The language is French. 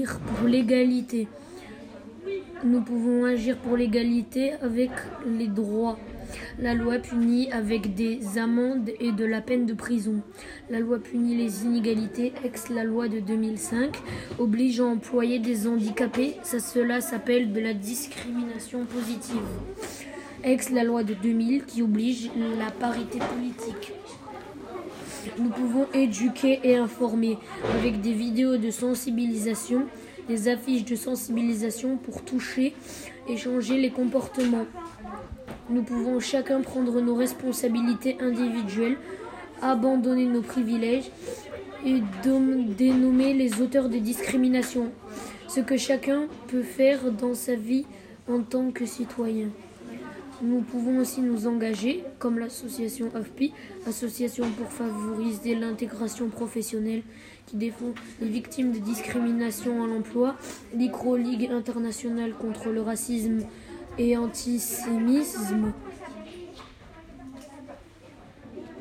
agir pour l'égalité. Nous pouvons agir pour l'égalité avec les droits. La loi punit avec des amendes et de la peine de prison. La loi punit les inégalités, la loi de 2005, oblige à employer des handicapés. Cela s'appelle de la discrimination positive. La loi de 2000 qui oblige la parité politique. Nous pouvons éduquer et informer avec des vidéos de sensibilisation, des affiches de sensibilisation pour toucher et changer les comportements. Nous pouvons chacun prendre nos responsabilités individuelles, abandonner nos privilèges et dénommer les auteurs des discriminations, ce que chacun peut faire dans sa vie en tant que citoyen. Nous pouvons aussi nous engager, comme l'association AFPI, association pour favoriser l'intégration professionnelle, qui défend les victimes de discrimination à l'emploi, l'Icro Ligue internationale contre le racisme et antisémitisme,